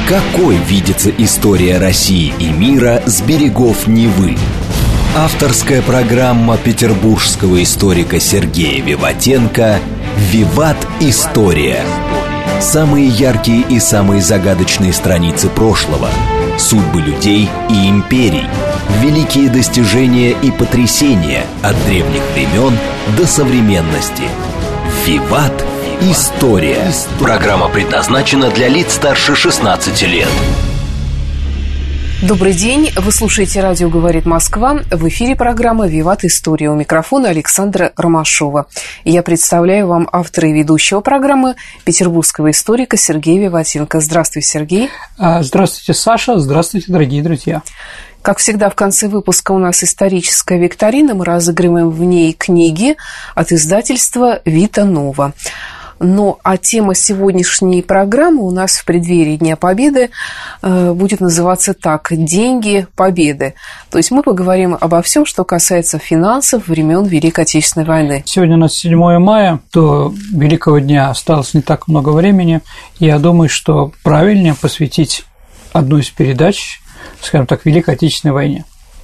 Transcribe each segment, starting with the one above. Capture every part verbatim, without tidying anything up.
Какой видится история России и мира с берегов Невы? Авторская программа петербургского историка Сергея Виватенко «Виват. История». Самые яркие и самые загадочные страницы прошлого, судьбы людей и империй, великие достижения и потрясения от древних времен до современности. «Виват. История». Программа предназначена для лиц старше шестнадцати лет. Добрый день. Вы слушаете «Радио говорит Москва». В эфире программа «Виват. История». У микрофона Александра Ромашова. Я представляю вам автора и ведущего программы, петербургского историка Сергея Виватенко. Здравствуй, Сергей. Здравствуйте, Саша. Здравствуйте, дорогие друзья. Как всегда, в конце выпуска у нас историческая викторина. Мы разыгрываем в ней книги от издательства «Вита Нова». Ну, а тема сегодняшней программы у нас в преддверии Дня Победы э, будет называться так: «Деньги Победы». То есть мы поговорим обо всем, что касается финансов времен Великой Отечественной войны. Сегодня у нас седьмое мая, до Великого дня осталось не так много времени. Я думаю, что правильнее посвятить одну из передач, скажем так, Великой Отечественной войне.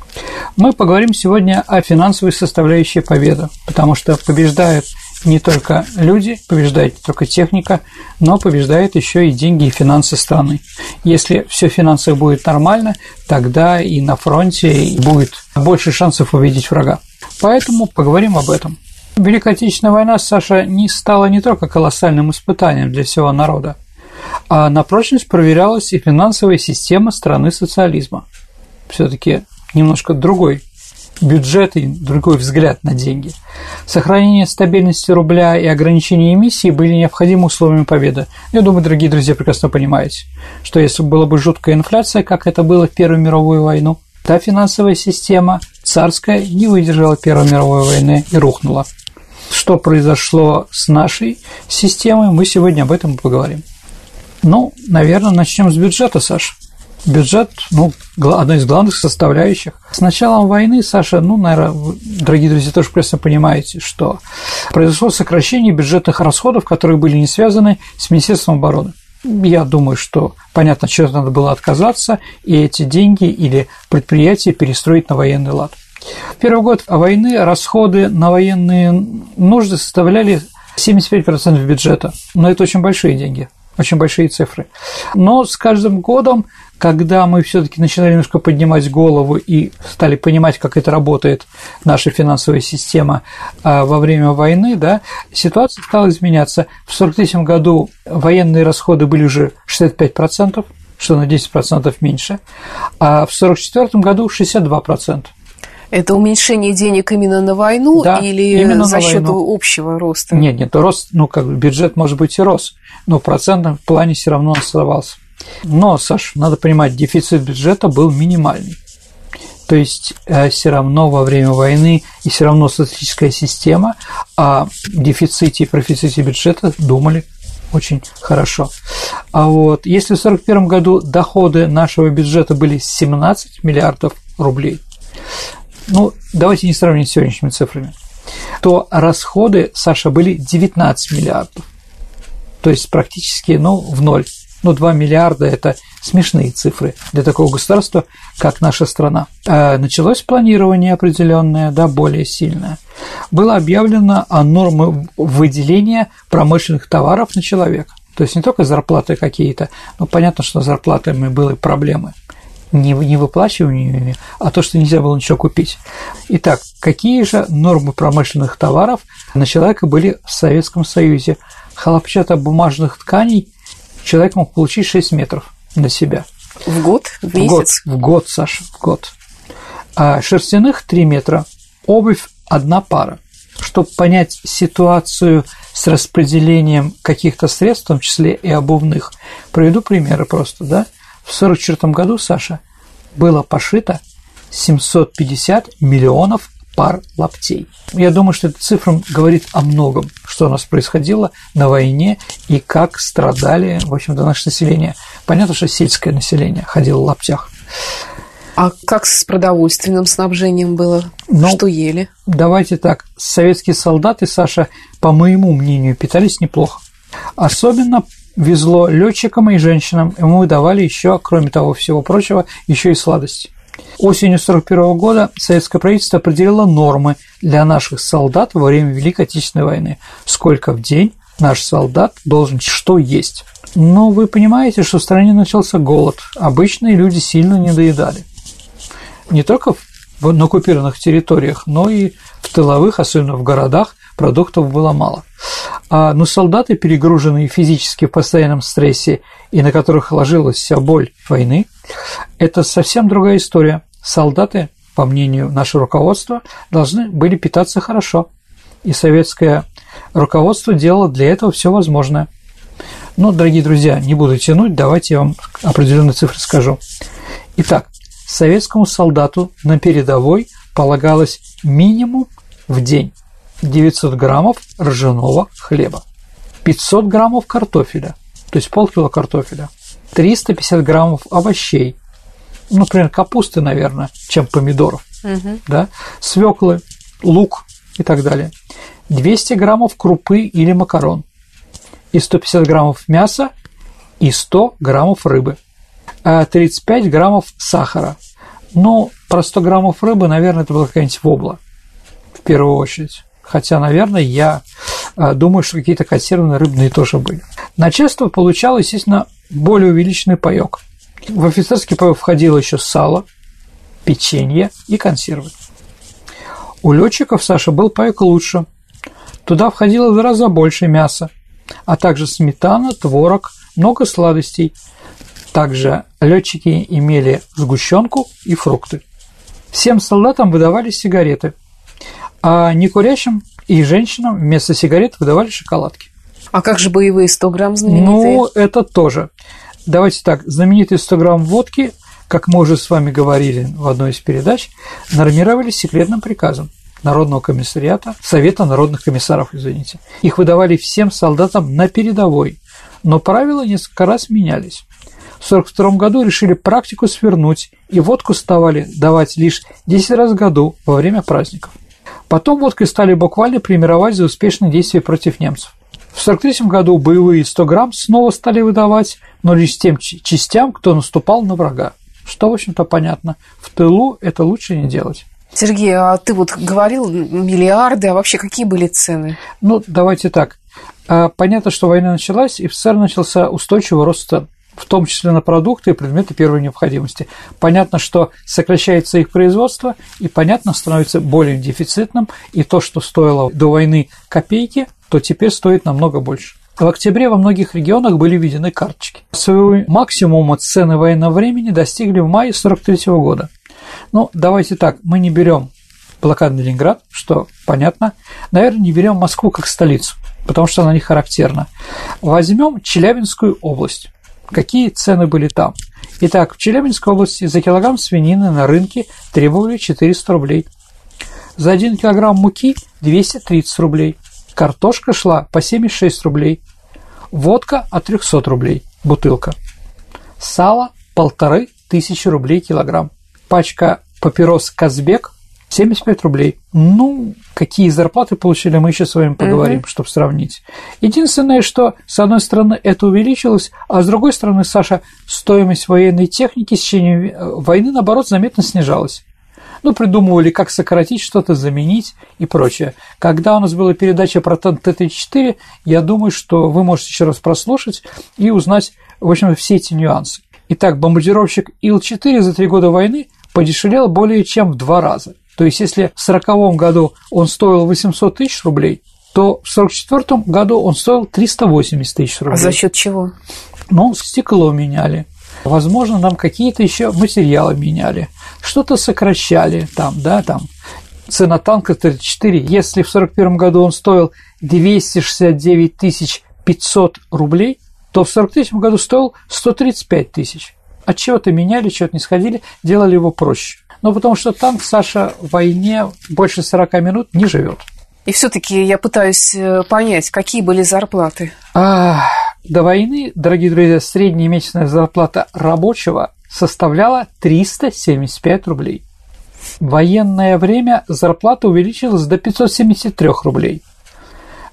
Мы поговорим сегодня о финансовой составляющей победы, потому что побеждают не только люди, побеждает не только техника, но побеждает еще и деньги и финансы страны. Если все финансово будет нормально, тогда и на фронте будет больше шансов увидеть врага. Поэтому поговорим об этом. Великая Отечественная война, Саша, не стала не только колоссальным испытанием для всего народа, а на прочность проверялась и финансовая система страны социализма. Все-таки немножко другой бюджет и другой взгляд на деньги. Сохранение стабильности рубля и ограничение эмиссии были необходимыми условиями победы. Я думаю, дорогие друзья, прекрасно понимаете, что если была бы жуткая инфляция, как это было в Первую мировую войну, та финансовая система царская не выдержала Первой мировой войны и рухнула. Что произошло с нашей системой, мы сегодня об этом поговорим. Ну, наверное, начнем с бюджета, Саша. Бюджет, ну, одна из главных составляющих. С началом войны, Саша, ну, наверное, вы, дорогие друзья, тоже прекрасно понимаете, что произошло сокращение бюджетных расходов, которые были не связаны с Министерством обороны. Я думаю, что, понятно, чего надо было отказаться, и эти деньги или предприятия перестроить на военный лад. В первый год войны расходы на военные нужды составляли семьдесят пять процентов бюджета, но это очень большие деньги. Очень большие цифры. Но с каждым годом, когда мы все-таки начинали немножко поднимать голову и стали понимать, как это работает, наша финансовая система во время войны, да, ситуация стала изменяться. В сорок третьем году военные расходы были уже шестьдесят пять процентов, что на десять процентов меньше, а в сорок четвёртом году шестьдесят два процента. Это уменьшение денег именно на войну, да, или за счет общего роста? Нет, нет, рост, ну, как бы бюджет, может быть, и рос, но в процентном плане все равно оставался. Но, Саш, надо понимать, дефицит бюджета был минимальный. То есть все равно во время войны и все равно статистическая система о дефиците и профиците бюджета думали очень хорошо. А вот если в сорок первом году доходы нашего бюджета были семнадцать миллиардов рублей, ну, давайте не сравним с сегодняшними цифрами, то расходы, Саша, были девятнадцать миллиардов. То есть практически, ну, в ноль. Ну, два миллиарда – это смешные цифры для такого государства, как наша страна. А началось планирование определенное, да, более сильное. Было объявлено о норме выделения промышленных товаров на человека. То есть не только зарплаты какие-то, но понятно, что с зарплатами были проблемы. Не, не выплачиваниями, а то, что нельзя было ничего купить. Итак, какие же нормы промышленных товаров на человека были в Советском Союзе? Хлопчатобумажных тканей человек мог получить шесть метров на себя. В год? В месяц? В год, в год, Саша, в год. А шерстяных три метра, обувь одна пара. Чтобы понять ситуацию с распределением каких-то средств, в том числе и обувных, приведу примеры просто, да? В сорок четвёртом году, Саша, было пошито семьсот пятьдесят миллионов пар лаптей. Я думаю, что эта цифра говорит о многом, что у нас происходило на войне и как страдали, в общем-то, наше население. Понятно, что сельское население ходило в лаптях. А как с продовольственным снабжением было? Ну, что ели? Давайте так. Советские солдаты, Саша, по моему мнению, питались неплохо. Особенно везло летчикам и женщинам, и мы выдавали еще, кроме того всего прочего, еще и сладости. Осенью сорок первого года советское правительство определило нормы для наших солдат во время Великой Отечественной войны. Сколько в день наш солдат должен что есть. Но вы понимаете, что в стране начался голод. Обычные люди сильно недоедали. Не только в, на оккупированных территориях, но и в тыловых, особенно в городах, продуктов было мало. А, но солдаты, перегруженные физически в постоянном стрессе и на которых ложилась вся боль войны, это совсем другая история. Солдаты, по мнению нашего руководства, должны были питаться хорошо. И советское руководство делало для этого все возможное. Но, дорогие друзья, не буду тянуть, давайте я вам определенные цифры скажу. Итак, советскому солдату на передовой полагалось минимум в день девятьсот граммов ржаного хлеба, пятьсот граммов картофеля, то есть полкило картофеля, триста пятьдесят граммов овощей, ну, например, капусты, наверное, чем помидоров, угу. да, свеклы, лук и так далее, двести граммов крупы или макарон, и сто пятьдесят граммов мяса, и сто граммов рыбы, тридцать пять граммов сахара. Ну, про сто граммов рыбы, наверное, это была какая-нибудь вобла, в первую очередь. Хотя, наверное, я думаю, что какие-то консервные рыбные тоже были. Начальство получало, естественно, более увеличенный паёк. В офицерский паёк входило еще сало, печенье и консервы. У летчиков, Саша, был паёк лучше. Туда входило в два раза больше мяса, а также сметана, творог, много сладостей. Также летчики имели сгущенку и фрукты. Всем солдатам выдавали сигареты, а некурящим и женщинам вместо сигарет выдавали шоколадки. А как же боевые сто грамм знаменитые? Ну, это тоже. Давайте так, знаменитые сто грамм водки, как мы уже с вами говорили в одной из передач, нормировались секретным приказом Народного комиссариата, Совета народных комиссаров, извините. Их выдавали всем солдатам на передовой, но правила несколько раз менялись. В сорок втором году решили практику свернуть, и водку стали давать лишь десять раз в году во время праздников. Потом водкой стали буквально премировать за успешные действия против немцев. В сорок третьем году боевые сто грамм снова стали выдавать, но лишь тем частям, кто наступал на врага. Что, в общем-то, понятно. В тылу это лучше не делать. Сергей, а ты вот говорил миллиарды, а вообще какие были цены? Ну, давайте так. Понятно, что война началась, и в СССР начался устойчивый рост цен, в том числе на продукты и предметы первой необходимости. Понятно, что сокращается их производство, и, понятно, становится более дефицитным, и то, что стоило до войны копейки, то теперь стоит намного больше. В октябре во многих регионах были введены карточки. Своего максимума цены военного времени достигли в мае сорок третьего года. Ну, давайте так, мы не берем блокадный Ленинград, что понятно, наверное, не берем Москву как столицу, потому что она не характерна. Возьмем Челябинскую область. Какие цены были там? Итак, в Челябинской области за килограмм свинины на рынке требовали четыреста рублей. За один килограмм муки – двести тридцать рублей. Картошка шла по семьдесят шесть рублей. Водка – от триста рублей бутылка. Сало – полторы тысячи рублей килограмм. Пачка папирос «Казбек» – семьдесят пять рублей. Ну, какие зарплаты получили, мы еще с вами поговорим, угу. чтобы сравнить. Единственное, что, с одной стороны, это увеличилось, а с другой стороны, Саша, стоимость военной техники с течением войны, наоборот, заметно снижалась. Ну, придумывали, как сократить что-то, заменить и прочее. Когда у нас была передача про Т тридцать четыре, я думаю, что вы можете еще раз прослушать и узнать, в общем, все эти нюансы. Итак, бомбардировщик Ил четыре за три года войны подешевел более чем в два раза. То есть, если в сороковом году он стоил восемьсот тысяч рублей, то в сорок четвёртом году он стоил триста восемьдесят тысяч рублей. А за счет чего? Ну, стекло меняли. Возможно, нам какие-то еще материалы меняли, что-то сокращали там, да, там. Цена танка тридцать четыре, если в сорок первом году он стоил двести шестьдесят девять тысяч пятьсот рублей, то в сорок третьем году стоил сто тридцать пять тысяч. От чего-то меняли, чего-то не сходили, делали его проще. Ну, потому что танк, Саша, в войне больше сорока минут не живет. И все-таки я пытаюсь понять, какие были зарплаты. А, до войны, дорогие друзья, средняя месячная зарплата рабочего составляла триста семьдесят пять рублей. В военное время зарплата увеличилась до пятьсот семьдесят три рублей.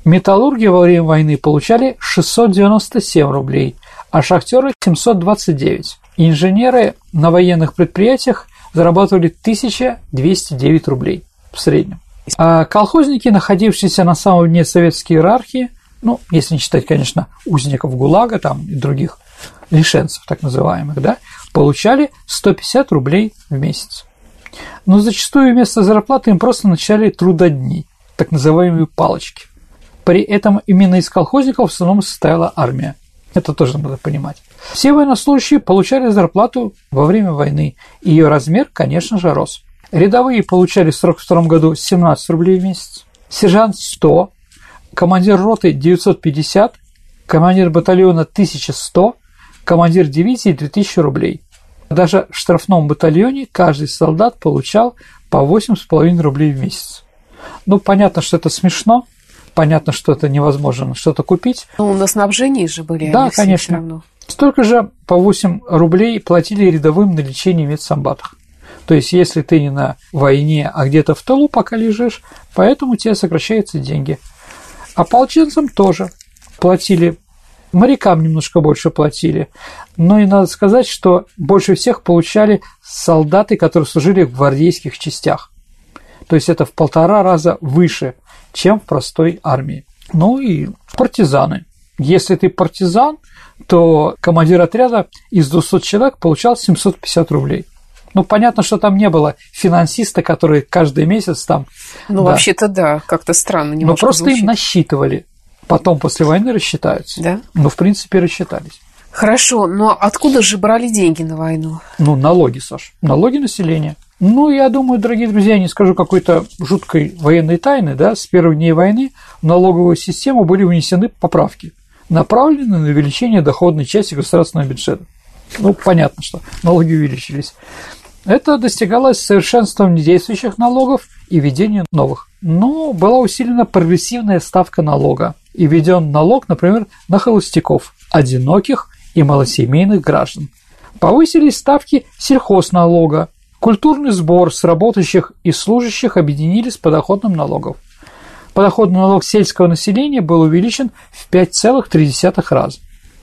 Металлурги во время войны получали шестьсот девяносто семь рублей, а шахтеры – семьсот двадцать девять. Инженеры на военных предприятиях зарабатывали тысяча двести девять рублей в среднем. А колхозники, находившиеся на самом дне советской иерархии, ну, если не считать, конечно, узников ГУЛАГа там и других лишенцев, так называемых, да, получали сто пятьдесят рублей в месяц. Но зачастую вместо зарплаты им просто начали трудодни, так называемые палочки. При этом именно из колхозников в основном состояла армия. Это тоже надо понимать. Все военнослужащие получали зарплату во время войны, и ее размер, конечно же, рос. Рядовые получали в сорок втором году семнадцать рублей в месяц, сержант – сто, командир роты – девятьсот пятьдесят, командир батальона – тысяча сто, командир дивизии – две тысячи рублей. Даже в штрафном батальоне каждый солдат получал по восемь с половиной рублей в месяц. Ну, понятно, что это смешно, понятно, что это невозможно что-то купить. Ну, на снабжении же были. Да, конечно. Столько же по восемь рублей платили рядовым на лечение в медсанбатах. То есть, если ты не на войне, а где-то в тылу пока лежишь, поэтому тебе сокращаются деньги. Ополченцам тоже платили, морякам немножко больше платили. Но и надо сказать, что больше всех получали солдаты, которые служили в гвардейских частях. То есть, это в полтора раза выше, чем в простой армии. Ну и партизаны. Если ты партизан, то командир отряда из двухсот человек получал семьсот пятьдесят рублей. Ну, понятно, что там не было финансиста, который каждый месяц там… Ну, да. вообще-то да, как-то странно немножко. Но просто звучит. им насчитывали. Потом после войны рассчитаются. Да? Ну, в принципе, рассчитались. Хорошо, но откуда же брали деньги на войну? Ну, налоги, Саш. Налоги населения. Ну, я думаю, дорогие друзья, не скажу какой-то жуткой военной тайны, да, с первых дней войны в налоговую систему были внесены поправки, направленные на увеличение доходной части государственного бюджета. Ну, понятно, что налоги увеличились. Это достигалось совершенством недействующих налогов и введением новых. Но была усилена прогрессивная ставка налога и введен налог, например, на холостяков, одиноких и малосемейных граждан. Повысились ставки сельхозналога, культурный сбор с работающих и служащих объединили с подоходным налогом. Подоходный налог сельского населения был увеличен в пять целых три десятых раза.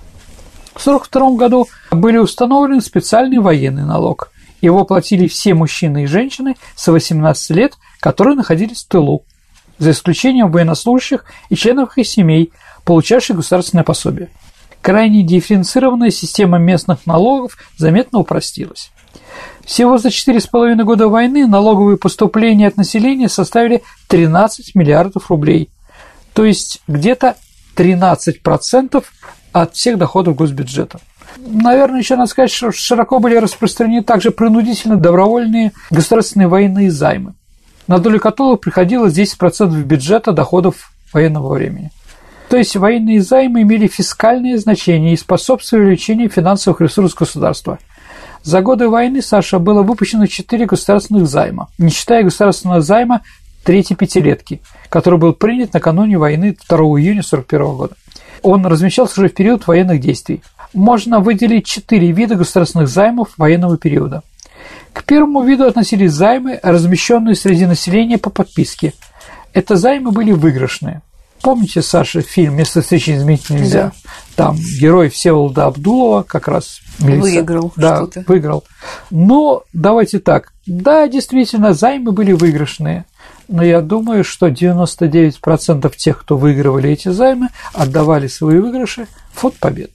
В сорок втором году были установлены специальный военный налог. Его платили все мужчины и женщины с восемнадцати лет, которые находились в тылу, за исключением военнослужащих и членов их семей, получавших государственное пособие. Крайне дифференцированная система местных налогов заметно упростилась. Всего за четыре с половиной года войны налоговые поступления от населения составили тринадцать миллиардов рублей, то есть где-то тринадцать процентов от всех доходов госбюджета. Наверное, еще надо сказать, что широко были распространены также принудительно добровольные государственные военные займы, на долю которых приходилось десять процентов бюджета доходов военного времени. То есть военные займы имели фискальное значение и способствовали увеличению финансовых ресурсов государства. За годы войны, Саша, было выпущено четыре государственных займа, не считая государственного займа третьей пятилетки, который был принят накануне войны второго июня сорок первого года. Он размещался уже в период военных действий. Можно выделить четыре вида государственных займов военного периода. К первому виду относились займы, размещенные среди населения по подписке. Это займы были выигрышные. Помните, Саша, фильм «Место встречи изменить нельзя»? Да. Там герой Всеволода Абдулова как раз милиция, выиграл да, что-то. выиграл. Но давайте так. Да, действительно, займы были выигрышные. Но я думаю, что девяносто девять процентов тех, кто выигрывали эти займы, отдавали свои выигрыши в фонд Победы.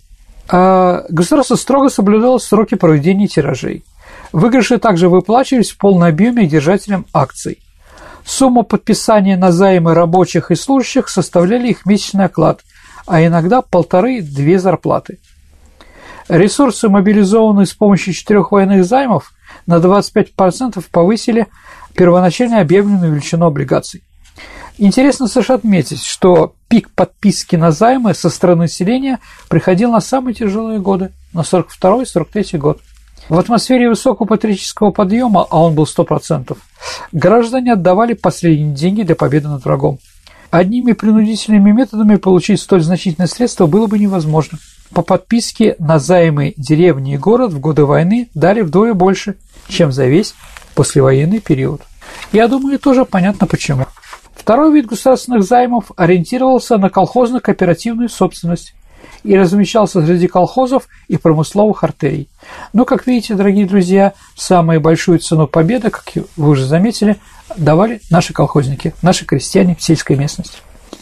А государство строго соблюдало сроки проведения тиражей. Выигрыши также выплачивались в полном объеме держателям акций. Сумма подписания на займы рабочих и служащих составляли их месячный оклад, а иногда полторы-две зарплаты. Ресурсы, мобилизованные с помощью четырех военных займов, на двадцать пять процентов повысили первоначально объявленную величину облигаций. Интересно совершенно отметить, что пик подписки на займы со стороны населения приходил на самые тяжелые годы, на сорок второй - сорок третий год. В атмосфере высокого патриотического подъема, а он был сто процентов, граждане отдавали последние деньги для победы над врагом. Одними принудительными методами получить столь значительные средства было бы невозможно. По подписке на займы деревни и город в годы войны дали вдвое больше, чем за весь послевоенный период. Я думаю, тоже понятно почему. В Второй вид государственных займов ориентировался на колхозно-кооперативную собственность и размещался среди колхозов и промысловых артерий. Но, как видите, дорогие друзья, самую большую цену победы, как вы уже заметили, давали наши колхозники, наши крестьяне в сельской местности.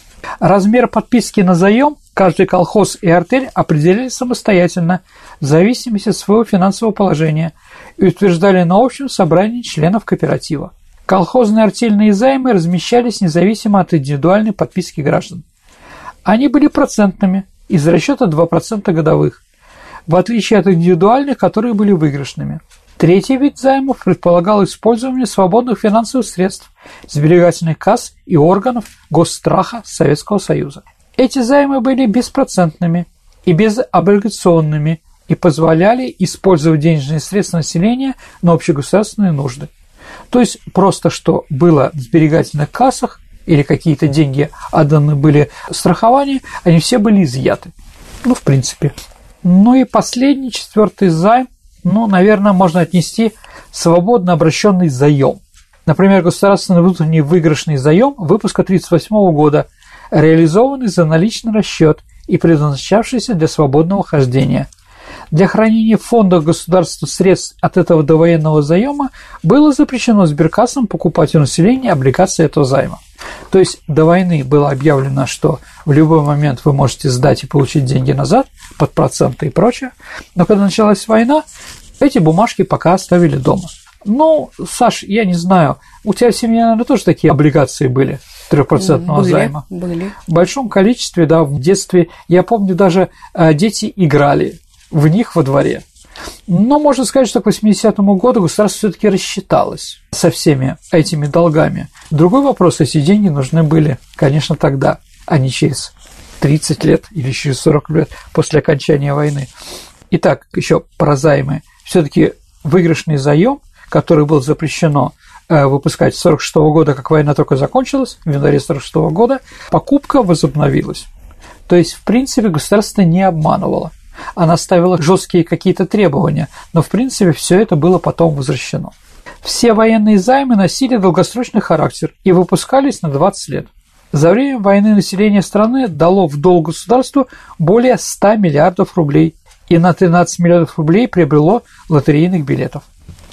Размер подписки на заем каждый колхоз и артель определяли самостоятельно в зависимости от своего финансового положения и утверждали на общем собрании членов кооператива. Колхозные артельные займы размещались независимо от индивидуальной подписки граждан. Они были процентными, из расчета два процента годовых, в отличие от индивидуальных, которые были выигрышными. Третий вид займов предполагал использование свободных финансовых средств, сберегательных касс и органов госстраха Советского Союза. Эти займы были беспроцентными и безоблигационными и позволяли использовать денежные средства населения на общегосударственные нужды. То есть просто что было в сберегательных кассах или какие-то деньги отданы были страхованию, они все были изъяты. Ну, в принципе. Ну и последний, четвертый займ, ну, наверное, можно отнести свободно обращенный заем. Например, государственный внутренний выигрышный заем выпуска тысяча девятьсот тридцать восьмого года, реализованный за наличный расчет и предназначавшийся для свободного хождения. Для хранения в фондах государства средств от этого довоенного заема было запрещено сберкассам покупать у населения облигации этого займа. То есть до войны было объявлено, что в любой момент вы можете сдать и получить деньги назад под проценты и прочее, но когда началась война, эти бумажки пока оставили дома. Ну, Саш, я не знаю, у тебя в семье, наверное, тоже такие облигации были трехпроцентного были, займа? Были. В большом количестве, да, в детстве, я помню, даже дети играли в них во дворе. Но можно сказать, что к восьмидесятому году государство все-таки рассчиталось со всеми этими долгами. Другой вопрос, эти деньги нужны были, конечно, тогда, а не через тридцать лет или через сорок лет после окончания войны. Итак, еще про займы. Все-таки выигрышный заем, который был запрещено выпускать с сорок шестого года, как война только закончилась, в январе сорок шестого года, покупка возобновилась. То есть, в принципе, государство не обманывало. Она ставила жесткие какие-то требования, но в принципе все это было потом возвращено. Все военные займы носили долгосрочный характер и выпускались на двадцать лет. За время войны население страны дало в долг государству более ста миллиардов рублей и на тринадцать миллиардов рублей приобрело лотерейных билетов.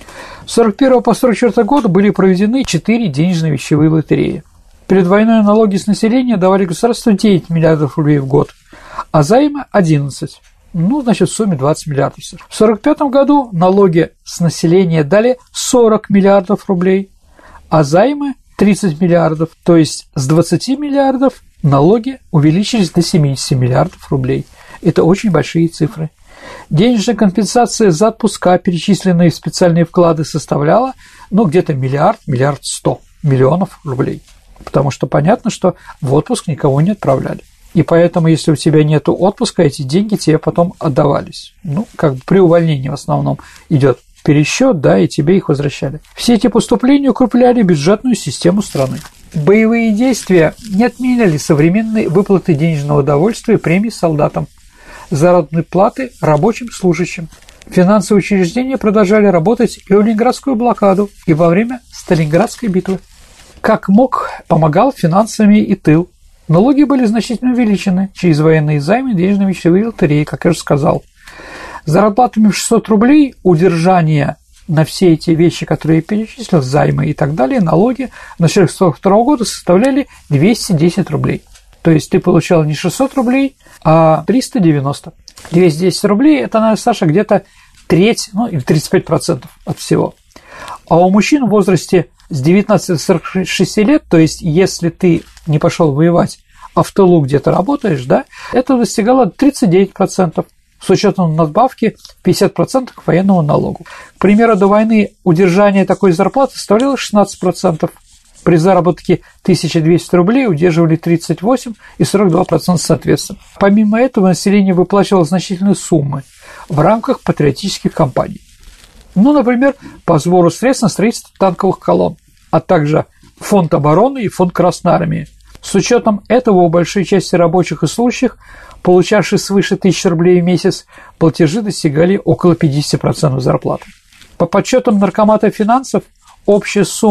С сорок первого по сорок четвёртый год были проведены четыре денежные вещевые лотереи. Перед войной налоги с населения давали государству девять миллиардов рублей в год, а займы – одиннадцать. Ну, значит, в сумме двадцать миллиардов. В сорок пятом году налоги с населения дали сорок миллиардов рублей, а займы – тридцать миллиардов. То есть с двадцати миллиардов налоги увеличились до семидесяти миллиардов рублей. Это очень большие цифры. Денежная компенсация за отпуска, перечисленные в специальные вклады, составляла, ну, где-то миллиард, миллиард сто миллионов рублей. Потому что понятно, что в отпуск никого не отправляли. И поэтому, если у тебя нет отпуска, эти деньги тебе потом отдавались. Ну, как бы при увольнении в основном идет пересчет, да, и тебе их возвращали. Все эти поступления укрепляли бюджетную систему страны. Боевые действия не отменяли современные выплаты денежного удовольствия и премий солдатам, заработной платы рабочим служащим. Финансовые учреждения продолжали работать и в Ленинградскую блокаду, и во время Сталинградской битвы. Как мог, помогал финансами и тыл. Налоги были значительно увеличены через военные займы и денежные вещевые лотереи, как я уже сказал. Зарплатами в шестьсот рублей, удержание на все эти вещи, которые я перечислил, займы и так далее, налоги на начале сорок второго года составляли двести десять рублей. То есть ты получал не шестьсот рублей, а триста девяносто. двести десять рублей – это, наверное, Саша, где-то треть, ну, или тридцать пять процентов от всего. А у мужчин в возрасте с девятнадцати до сорока шести лет, то есть если ты не пошел воевать, а в тылу где-то работаешь, да, это достигало тридцать девять процентов, с учетом надбавки пятьдесят процентов к военному налогу. К примеру, до войны удержание такой зарплаты составляло шестнадцать процентов. При заработке тысяча двести рублей удерживали тридцать восемь и сорок два процента соответственно. Помимо этого, население выплачивало значительные суммы в рамках патриотических кампаний. Ну, например, по сбору средств на строительство танковых колонн, а также фонд обороны и фонд Красной Армии. С учетом этого у большой части рабочих и служащих, получавших свыше тысячи рублей в месяц, платежи достигали около пятьдесят процентов зарплаты. По подсчетам Наркомата финансов, общая сумма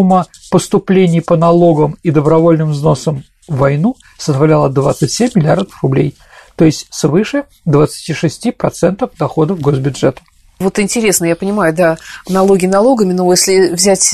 поступлений по налогам и добровольным взносам в войну составляла двадцать семь миллиардов рублей, то есть свыше двадцать шесть процентов доходов госбюджета. Вот интересно, я понимаю, да, налоги налогами, но если взять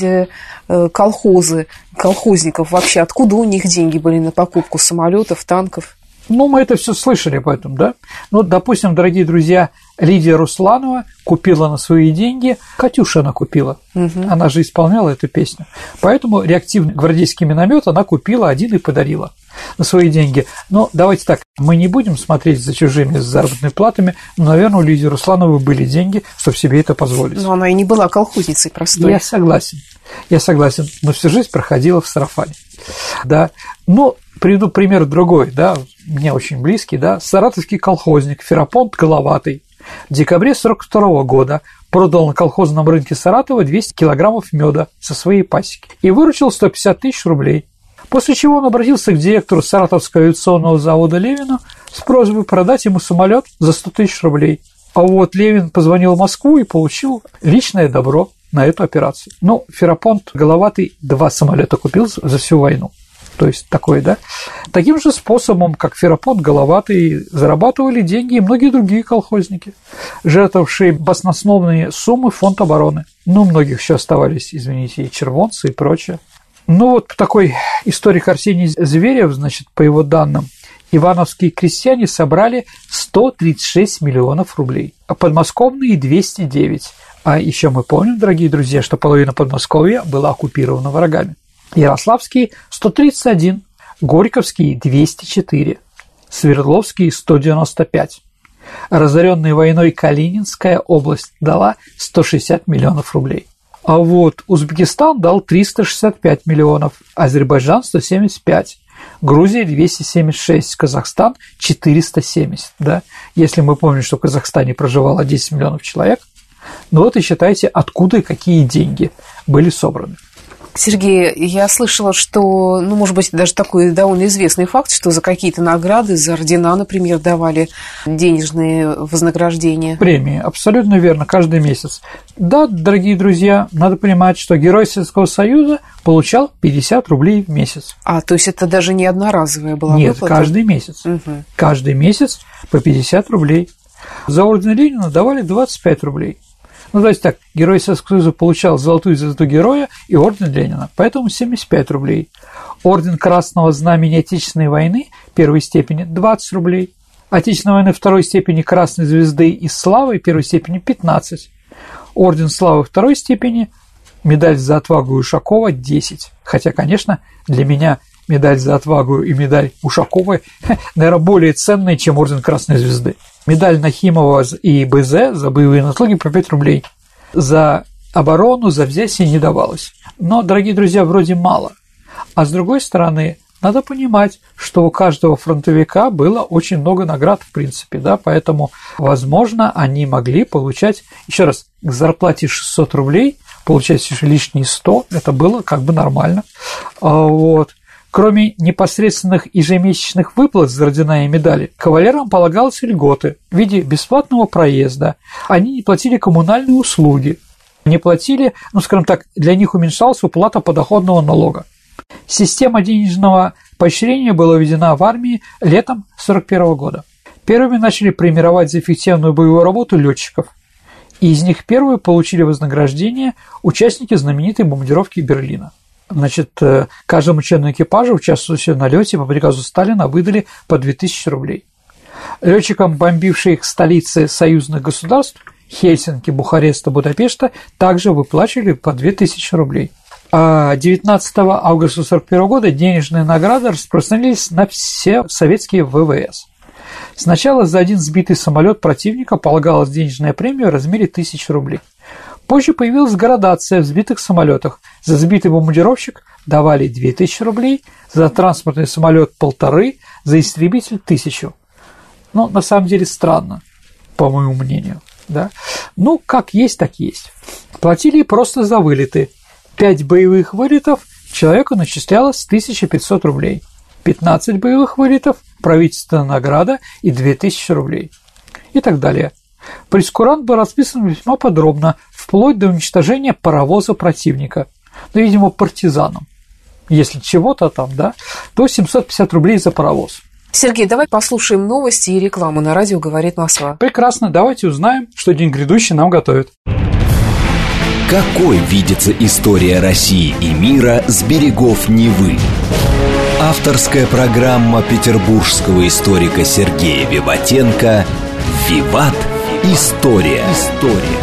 колхозы, колхозников вообще, откуда у них деньги были на покупку самолетов, танков? Ну, мы это все слышали об этом, да. Ну, допустим, дорогие друзья, Лидия Русланова купила на свои деньги, «Катюша» она купила, угу. Она же исполняла эту песню. Поэтому реактивный гвардейский миномет она купила один и подарила на свои деньги. Но давайте так, мы не будем смотреть за чужими заработными платами, но, наверное, у Лидии Руслановой были деньги, чтобы себе это позволить. Но она и не была колхозницей простой. Я согласен, я согласен, но всю жизнь проходила в сарафане. Да, но приведу пример другой, да, мне очень близкий, да, саратовский колхозник Ферапонт Головатый в декабре сорок второго года продал на колхозном рынке Саратова двести килограммов меда со своей пасеки и выручил сто пятьдесят тысяч рублей. После чего он обратился к директору Саратовского авиационного завода Левину с просьбой продать ему самолет за сто тысяч рублей. А вот Левин позвонил в Москву и получил личное добро на эту операцию. Ну, Ферапонт Головатый два самолета купил за всю войну. То есть такое, да? Таким же способом, как Ферапонт Головатый, зарабатывали деньги и многие другие колхозники, жертвовавшие баснословные суммы в фонд обороны. Ну, у многих еще оставались, извините, и червонцы, и прочее. Ну, вот такой историк Арсений Зверев, значит, по его данным, ивановские крестьяне собрали сто тридцать шесть миллионов рублей, а подмосковные – двести девять. А еще мы помним, дорогие друзья, что половина Подмосковья была оккупирована врагами. Ярославские – сто тридцать один, Горьковские – двести четыре, Свердловские – сто девяносто пять. Разоренная войной Калининская область дала сто шестьдесят миллионов рублей. А вот Узбекистан дал триста шестьдесят пять миллионов, Азербайджан – сто семьдесят пять, Грузия – двести семьдесят шесть, Казахстан – четыреста семьдесят. Да? Если мы помним, что в Казахстане проживало десять миллионов человек, ну вот и считайте, откуда и какие деньги были собраны. Сергей, я слышала, что, ну, может быть, даже такой довольно известный факт, что за какие-то награды, за ордена, например, давали денежные вознаграждения. Премии, абсолютно верно, каждый месяц. Да, дорогие друзья, надо понимать, что Герой Советского Союза получал пятьдесят рублей в месяц. А, то есть это даже не одноразовая была Нет, выплата? Нет, каждый месяц. Угу. Каждый месяц по пятьдесят рублей. За орден Ленина давали двадцать пять рублей. Ну, то есть так, Герой Советского Союза получал золотую звезду Героя и орден Ленина, поэтому семьдесят пять рублей. Орден Красного Знамени Отечественной войны первой степени – двадцать рублей. Отечественной войны второй степени Красной Звезды и Славы первой степени – пятнадцать. Орден Славы второй степени, медаль за отвагу Ушакова – десять. Хотя, конечно, для меня медаль за отвагу и медаль Ушакова, наверное, более ценные, чем орден Красной Звезды. Медаль Нахимова и БЗ за боевые заслуги по пять рублей. За оборону, за взятие не давалось. Но, дорогие друзья, вроде мало. А с другой стороны, надо понимать, что у каждого фронтовика было очень много наград, в принципе, да, поэтому, возможно, они могли получать, еще раз, к зарплате шестьсот рублей, получать еще лишние сто, это было как бы нормально. Вот. Кроме непосредственных ежемесячных выплат за ордена и медали, кавалерам полагалось льготы в виде бесплатного проезда. Они не платили коммунальные услуги, не платили, ну, скажем так, для них уменьшалась уплата подоходного налога. Система денежного поощрения была введена в армии летом сорок первого года. Первыми начали премировать за эффективную боевую работу летчиков, и из них первые получили вознаграждение участники знаменитой бомбардировки Берлина. Значит, каждому члену экипажа, участвующему на лёте, по приказу Сталина выдали по две тысячи рублей. Летчикам, бомбивших столицы союзных государств Хельсинки, Бухареста, Будапешта, также выплачивали по две тысячи рублей. А девятнадцатого августа сорок первого года денежные награды распространились на все советские ВВС. Сначала за один сбитый самолет противника полагалась денежная премия в размере тысячи рублей. Позже появилась градация в сбитых самолетах. За сбитый бомбардировщик давали две тысячи рублей, за транспортный самолет полторы, за истребитель тысячу. Ну, на самом деле странно, по моему мнению. Да? Ну, как есть, так есть. Платили просто за вылеты. Пять боевых вылетов человеку начислялось тысяча пятьсот рублей. пятнадцать боевых вылетов – правительственная награда и две тысячи рублей. И так далее. Прейскурант был расписан весьма подробно, вплоть до уничтожения паровоза противника. ну, видимо, партизанам, если чего-то там, да, то семьсот пятьдесят рублей за паровоз. Сергей, давай послушаем новости и рекламу на радио «Говорит Москва». Прекрасно, давайте узнаем, что день грядущий нам готовит. Какой видится история России и мира с берегов Невы? Авторская программа петербургского историка Сергея Виватенко «Виват. История». История.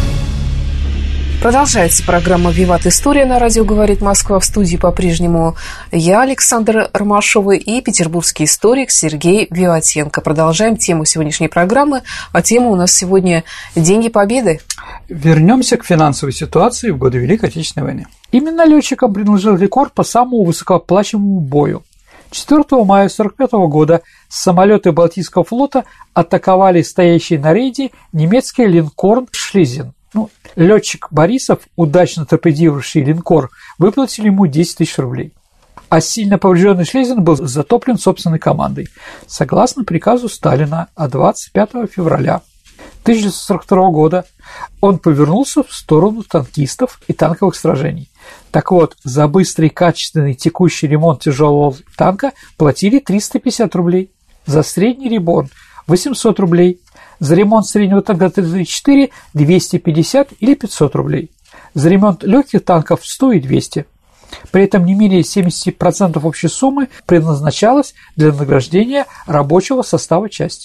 Продолжается программа «Виват. История» на радио «Говорит Москва». В студии по-прежнему я, Александра Ромашова, и петербургский историк Сергей Виватенко. Продолжаем тему сегодняшней программы. А тема у нас сегодня «Деньги Победы». Вернемся к финансовой ситуации в годы Великой Отечественной войны. Именно летчикам принадлежал рекорд по самому высокооплачиваемому бою. четвёртого мая тысяча девятьсот сорок пятого года самолеты Балтийского флота атаковали стоящий на рейде немецкий линкор «Шлезин». Ну, летчик Борисов, удачно торпедировавший линкор, выплатили ему десять тысяч рублей. А сильно поврежденный Шлезин был затоплен собственной командой, согласно приказу Сталина от двадцать пятого февраля тысяча девятьсот сорок второго года. Он повернулся в сторону танкистов и танковых сражений. Так вот, за быстрый, качественный текущий ремонт тяжелого танка платили триста пятьдесят рублей, за средний ремонт восемьсот рублей, за ремонт среднего танка Т тридцать четыре двести пятьдесят или пятьсот рублей, за ремонт легких танков сто и двести. При этом не менее семьдесят процентов общей суммы предназначалось для награждения рабочего состава части.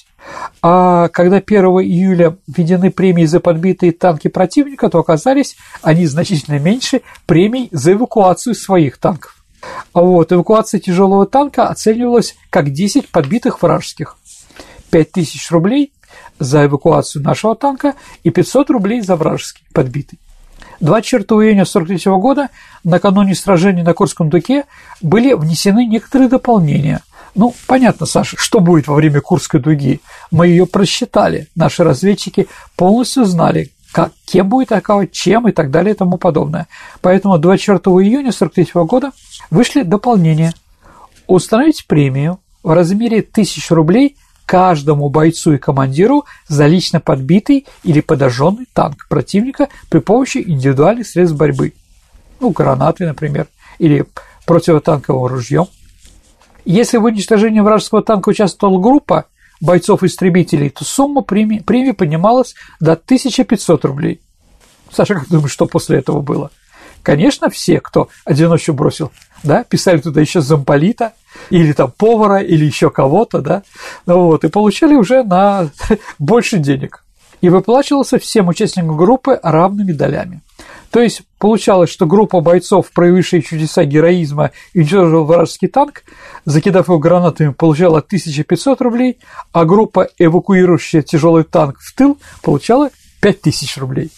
А когда первого июля введены премии за подбитые танки противника, то оказались они значительно меньше премий за эвакуацию своих танков. А вот эвакуация тяжелого танка оценивалась как десять подбитых вражеских, пять тысяч рублей за эвакуацию нашего танка и пятьсот рублей за вражеский подбитый. двадцать четвёртого июня тысяча девятьсот сорок третьего года, накануне сражений на Курском дуге, были внесены некоторые дополнения. Ну, понятно, Саша, что будет во время Курской дуги. Мы ее просчитали. Наши разведчики полностью знали, как, кем будет атаковать, чем и так далее и тому подобное. Поэтому двадцать четвёртого июня тысяча девятьсот сорок третьего года вышли дополнения. Установить премию в размере тысячи рублей каждому бойцу и командиру за лично подбитый или подожженный танк противника при помощи индивидуальных средств борьбы. Ну, гранаты, например, или противотанковым ружьем. Если в уничтожении вражеского танка участвовала группа бойцов-истребителей, то сумма премии, премии поднималась до тысячи пятисот рублей. Саша, как думаешь, что после этого было? Конечно, все, кто одиночку бросил, да, писали туда еще замполита, или там повара, или еще кого-то, да, ну вот, и получали уже на больше денег. И выплачивался всем участникам группы равными долями. То есть получалось, что группа бойцов, проявившая чудеса героизма и уничтожила вражеский танк, закидав его гранатами, получала тысячу пятьсот рублей, а группа, эвакуирующая тяжелый танк в тыл, получала пять тысяч рублей.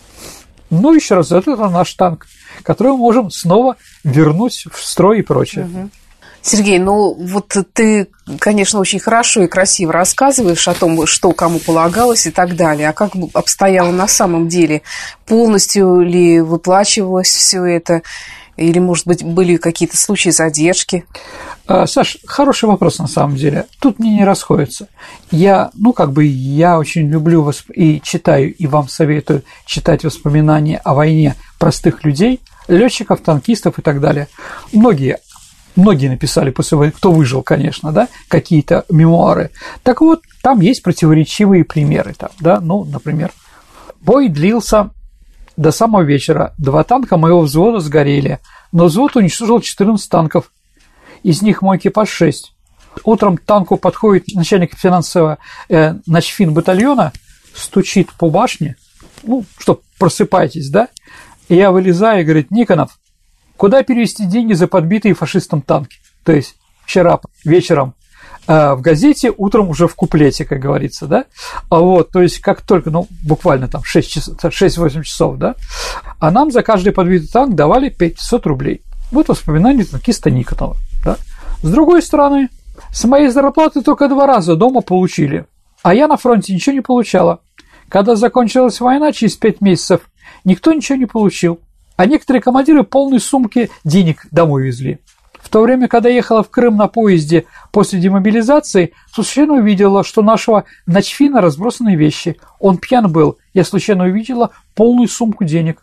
Ну, еще раз, это наш танк, который мы можем снова вернуть в строй и прочее. Угу. Сергей, ну вот ты, конечно, очень хорошо и красиво рассказываешь о том, что кому полагалось и так далее. А как обстояло на самом деле? Полностью ли выплачивалось все это? Или, может быть, были какие-то случаи задержки? Саш, хороший вопрос на самом деле. Тут мне не расходится. Я, ну, как бы, я очень люблю восп... и читаю, и вам советую читать воспоминания о войне простых людей, летчиков, танкистов и так далее. Многие Многие написали после войны, кто выжил, конечно, да, какие-то мемуары. Так вот, там есть противоречивые примеры. Там, да, ну, например, бой длился до самого вечера. Два танка моего взвода сгорели, но взвод уничтожил четырнадцать танков. Из них мой экипаж шесть. Утром к танку подходит начальник финансового э, начфин батальона, стучит по башне, ну, что просыпайтесь, да, и я вылезаю и говорит: Никонов, куда перевести деньги за подбитые фашистом танки? То есть вчера вечером э, в газете, утром уже в куплете, как говорится, да? А вот, то есть как только, ну, буквально там шесть-восемь часов, да? А нам за каждый подбитый танк давали пятьсот рублей. Вот воспоминания танкиста Никонова, да? С другой стороны, с моей зарплаты только два раза дома получили, а я на фронте ничего не получала. Когда закончилась война, через пять месяцев, никто ничего не получил. А некоторые командиры полные сумки денег домой везли. В то время, когда ехала в Крым на поезде после демобилизации, случайно увидела, что нашего начфина разбросаны вещи. Он пьян был. Я случайно увидела полную сумку денег.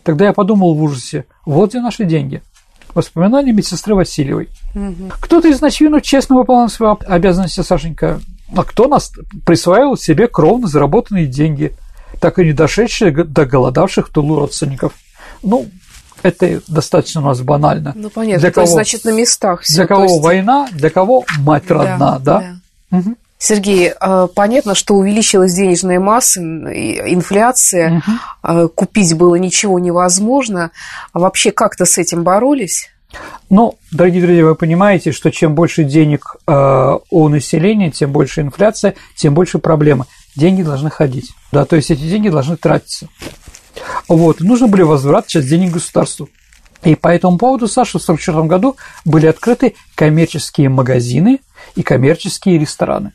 Тогда я подумал в ужасе, вот где наши деньги. Воспоминания медсестры Васильевой. Угу. Кто-то из начальников честно выполнял свои обязанности, Сашенька, а кто нас присваивал себе кровно заработанные деньги, так и не дошедшие до голодавших в тылу родственников. Ну, это достаточно у нас банально. Ну, понятно, для то кого, есть, значит, на местах всё. Для кого есть... война, для кого мать родна, да? да? да. Угу. Сергей, понятно, что увеличилась денежная масса, инфляция, угу. Купить было ничего невозможно. А вообще как-то с этим боролись? Ну, дорогие друзья, вы понимаете, что чем больше денег у населения, тем больше инфляция, тем больше проблемы. Деньги должны ходить, да, то есть эти деньги должны тратиться. Вот, нужно были возврат часть денег государству. И по этому поводу, Саша, в сорок четвёртом году были открыты коммерческие магазины и коммерческие рестораны.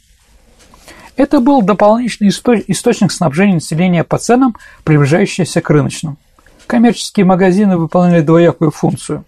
Это был дополнительный источник снабжения населения по ценам, приближающийся к рыночным. Коммерческие магазины выполняли двоякую функцию.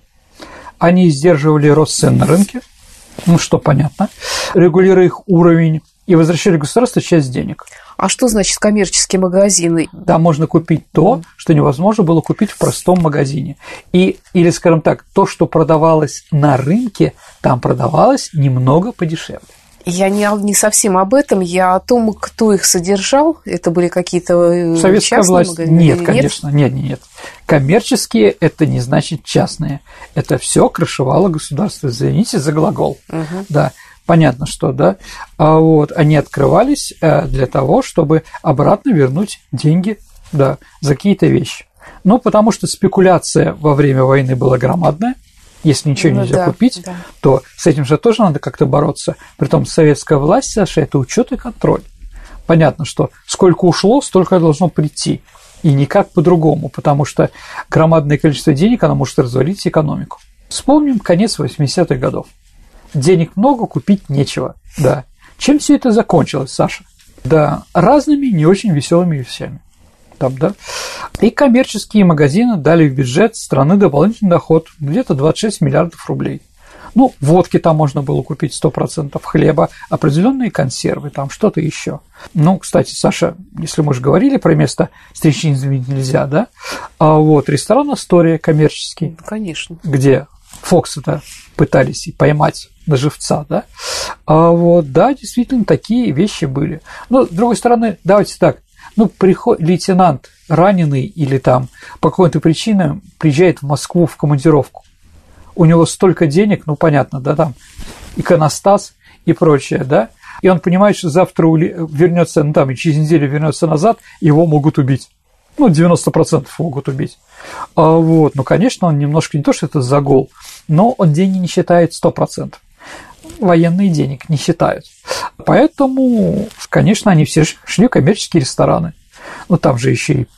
Они сдерживали рост цен на рынке, ну, что понятно, регулируя их уровень и возвращали государству часть денег. А что значит коммерческие магазины? Там можно купить то, что невозможно было купить в простом магазине. И, или, скажем так, то, что продавалось на рынке, там продавалось немного подешевле. Я не, не совсем об этом, я о том, кто их содержал. Это были какие-то советская частные власть? магазины? Нет, конечно, нет, нет, нет. Коммерческие – это не значит частные. Это все крышевало государство. Извините за глагол. Угу. Да. Понятно, что, да, а вот они открывались для того, чтобы обратно вернуть деньги, да, за какие-то вещи. Ну, потому что спекуляция во время войны была громадная. Если ничего ну, нельзя да, купить, да. то с этим же тоже надо как-то бороться. Притом советская власть, Саша, это учет и контроль. Понятно, что сколько ушло, столько должно прийти. И никак по-другому, потому что громадное количество денег, оно может развалить экономику. Вспомним конец восьмидесятых годов. Денег много, купить нечего, да. Чем все это закончилось, Саша? Да, разными не очень веселыми вещами. Там, да. И коммерческие магазины дали в бюджет страны дополнительный доход, где-то двадцать шесть миллиардов рублей. Ну, водки там можно было купить сто процентов, хлеба, определенные консервы, там что-то еще. Ну, кстати, Саша, если мы уже говорили про место встречи нельзя, да, а вот ресторан «Астория» коммерческий. Конечно. Где Фокса-то пытались и поймать на живца, да, а вот, да, действительно, такие вещи были. Но, с другой стороны, давайте так, ну, приход... лейтенант раненый или там по какой-то причине приезжает в Москву в командировку, у него столько денег, ну, понятно, да, там, иконостас и прочее, да, и он понимает, что завтра вернется, ну, там, и через неделю вернется назад, его могут убить. Ну, девяносто процентов могут убить. А вот, ну, конечно, он немножко не то, что это загул, но он деньги не считает сто процентов. Военные денег не считают. Поэтому, конечно, они все шли в коммерческие рестораны. Ну, там же еще и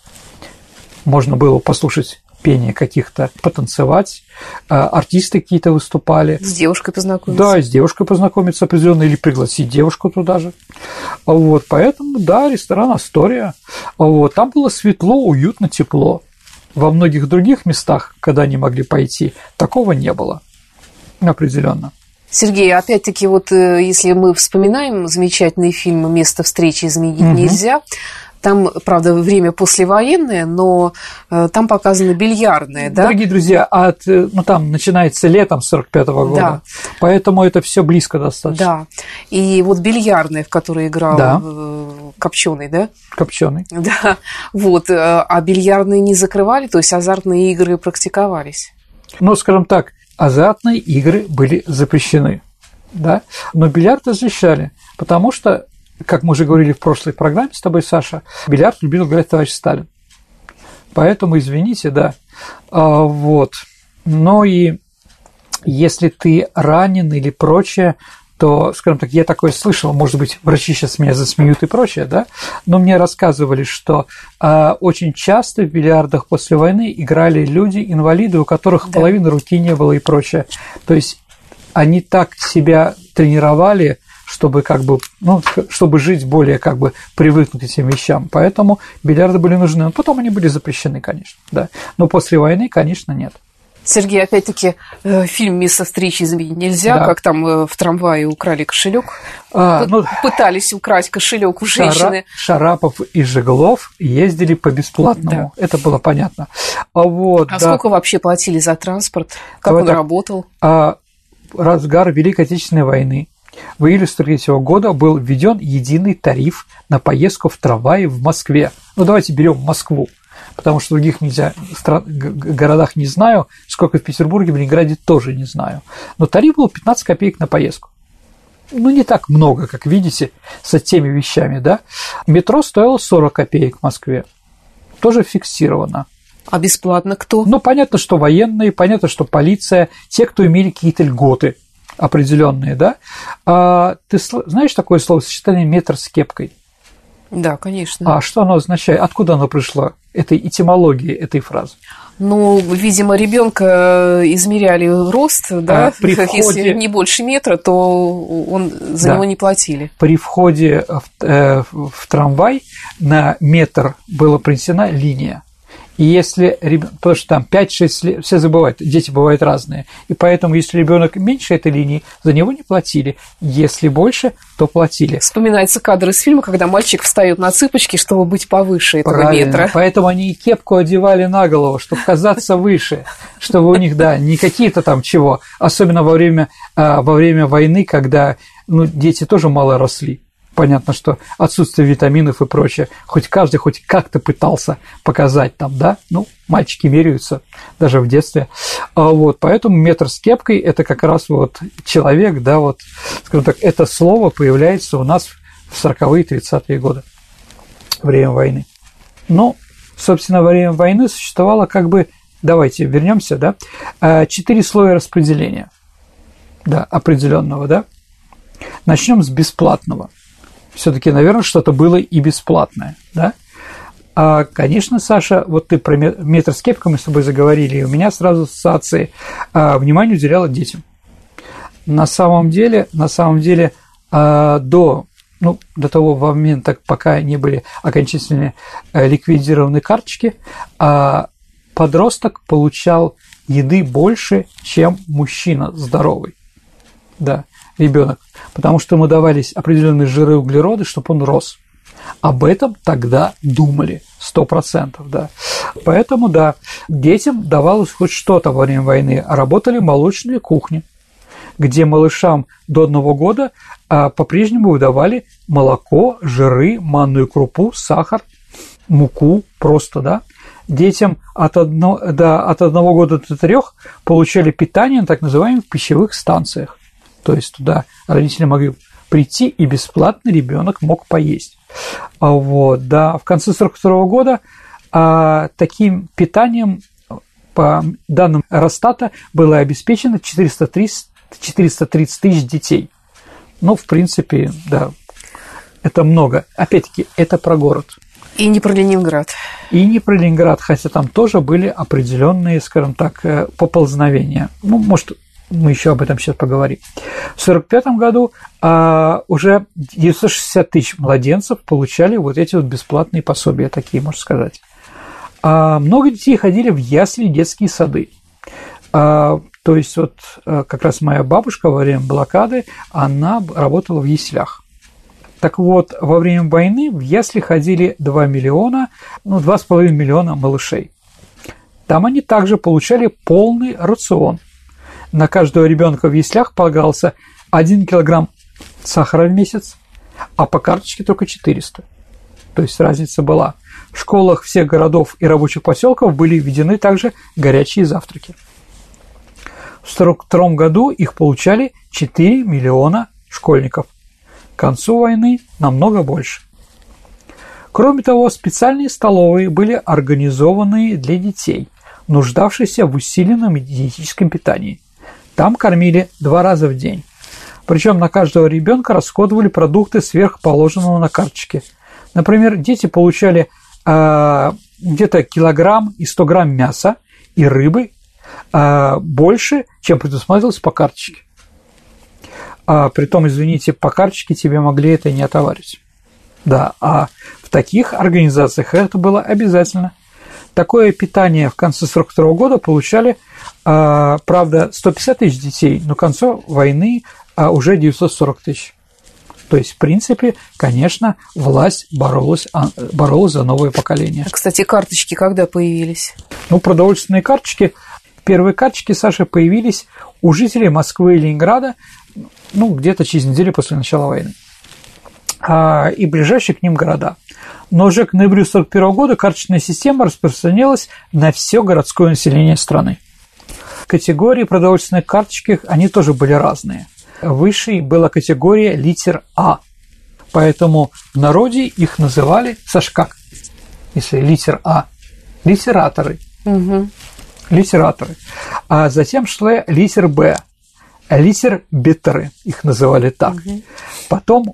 можно было послушать пение каких-то, потанцевать, артисты какие-то выступали. С девушкой познакомиться. Да, с девушкой познакомиться определенно, или пригласить девушку туда же. Вот, поэтому, да, ресторан «Астория». Вот, там было светло, уютно, тепло. Во многих других местах, когда они могли пойти, такого не было. Определенно. Сергей, опять-таки, вот если мы вспоминаем замечательный фильм «Место встречи изменить угу. нельзя», там, правда, время послевоенное, но там показано бильярдное, да? Дорогие друзья, от, ну, там начинается летом сорок пятого года, да. Поэтому это все близко достаточно. Да, и вот бильярдное, в которой играл да. Копченый, да? Копченый. Да, вот, а бильярдные не закрывали, то есть азартные игры практиковались? Ну, скажем так, азартные игры были запрещены, да, но бильярд разрешали, потому что, как мы уже говорили в прошлой программе с тобой, Саша, бильярд любил играть товарищ Сталин. Поэтому, извините, да. А, вот. Но и если ты ранен или прочее, то, скажем так, я такое слышал, может быть, врачи сейчас меня засмеют и прочее, да, но мне рассказывали, что а, очень часто в бильярдах после войны играли люди, инвалиды, у которых да. половины руки не было и прочее. То есть они так себя тренировали, чтобы как бы, ну, чтобы жить более как бы привыкнуть к этим вещам. Поэтому бильярды были нужны. Но потом они были запрещены, конечно, да. Но после войны, конечно, нет. Сергей, опять-таки, фильм «Место встречи изменить нельзя», да. Как там в трамвае украли кошелек. А, ну, пытались украсть кошелек у женщины. Шарапов и Жеглов ездили по бесплатному. Да. Это было понятно. А, вот, а да. сколько вообще платили за транспорт? Как Давай он так. работал? А, разгар Великой Отечественной войны. В июле сорок третьего года был введен единый тариф на поездку в трамвае в Москве. Ну, давайте берем Москву. Потому что в других нельзя, стран, городах не знаю, сколько в Петербурге, в Ленинграде тоже не знаю. Но тариф был пятнадцать копеек на поездку. Ну, не так много, как видите, с теми вещами, да. Метро стоило сорок копеек в Москве. Тоже фиксировано. А бесплатно кто? Ну, понятно, что военные, понятно, что полиция, те, кто имели какие-то льготы определенные, да. А ты знаешь такое словосочетание «метр с кепкой»? Да, конечно. А что оно означает? Откуда оно пришло? Этой этимологии этой фразы? Ну, видимо, ребенка измеряли рост, да, а при входе... если не больше метра, то он за да. него не платили. При входе в, э, в трамвай на метр была принесена линия. И если ребенок, потому что там пять-шесть лет, все забывают, дети бывают разные, и поэтому, если ребенок меньше этой линии, за него не платили, если больше, то платили. Вспоминается кадр из фильма, когда мальчик встает на цыпочки, чтобы быть повыше этого Правильно. метра. Поэтому они и кепку одевали на голову, чтобы казаться выше, чтобы у них, да, не какие-то там чего, особенно во время, во время войны, когда ну, дети тоже мало росли. Понятно, что отсутствие витаминов и прочее, хоть каждый хоть как-то пытался показать там, да, ну, мальчики меряются даже в детстве, вот, поэтому метр с кепкой – это как раз вот человек, да, вот, скажем так, это слово появляется у нас в сороковые тридцатые годы, время войны. Но, собственно, во время войны существовало как бы, давайте вернемся, да, четыре слоя распределения, да, определенного, да, начнем с бесплатного. Все-таки, наверное, что-то было и бесплатное, да? А, конечно, Саша, вот ты про метр с кепкой мы с тобой заговорили, и у меня сразу ассоциации а, внимание уделяло детям. На самом деле, на самом деле, а, до, ну, до того момента, пока не были окончательно ликвидированы карточки, а, подросток получал еды больше, чем мужчина здоровый, да. Ребенок, потому что ему давались определенные жиры и углероды, чтобы он рос. Об этом тогда думали сто процентов, да. Поэтому, да, детям давалось хоть что-то во время войны, а работали молочные кухни, где малышам до одного года а, по-прежнему выдавали молоко, жиры, манную крупу, сахар, муку просто, да. Детям от, одно, да, от одного года до трех получали питание на так называемых пищевых станциях. То есть туда родители могли прийти, и бесплатно ребенок мог поесть. Вот, да. В конце сорок второго года а, таким питанием, по данным Росстата, было обеспечено четыреста тридцать тысяч детей. Ну, в принципе, да, это много. Опять-таки, это про город. И не про Ленинград. И не про Ленинград, хотя там тоже были определенные, скажем так, поползновения. Ну, может, мы еще об этом сейчас поговорим. В сорок пятом году а, уже девятьсот шестьдесят тысяч младенцев получали вот эти вот бесплатные пособия, такие, можно сказать. А, много детей ходили в ясли и детские сады. А, то есть вот как раз моя бабушка во время блокады, она работала в яслях. Так вот, во время войны в ясли ходили два миллиона, ну, два с половиной миллиона малышей. Там они также получали полный рацион. На каждого ребенка в яслях полагался один килограмм сахара в месяц, а по карточке только четыреста. То есть разница была. В школах всех городов и рабочих поселков были введены также горячие завтраки. В сорок втором году их получали четыре миллиона школьников. К концу войны намного больше. Кроме того, специальные столовые были организованы для детей, нуждавшихся в усиленном диетическом питании. Там кормили два раза в день. Причем на каждого ребенка расходовали продукты сверх положенного на карточке. Например, дети получали э, где-то килограмм и сто грамм мяса и рыбы э, больше, чем предусматривалось по карточке. А, притом, извините, по карточке тебе могли это не отоварить. Да, а в таких организациях это было обязательно. Такое питание в конце сорок второго года получали, правда, сто пятьдесят тысяч детей, но к концу войны уже девятьсот сорок тысяч. То есть, в принципе, конечно, власть боролась, боролась за новое поколение. Кстати, карточки когда появились? Ну, продовольственные карточки, первые карточки, Саша, появились у жителей Москвы и Ленинграда, ну, где-то через неделю после начала войны, и ближайшие к ним города. Но уже к ноябрю сорок первого года карточная система распространилась на все городское население страны. Категории продовольственных карточек, они тоже были разные. Высшей была категория литер А, поэтому в народе их называли, Саш, как, если литер А? Литераторы. Угу. Литераторы. А затем шла литер Б, литербеттеры, их называли так. Угу. Потом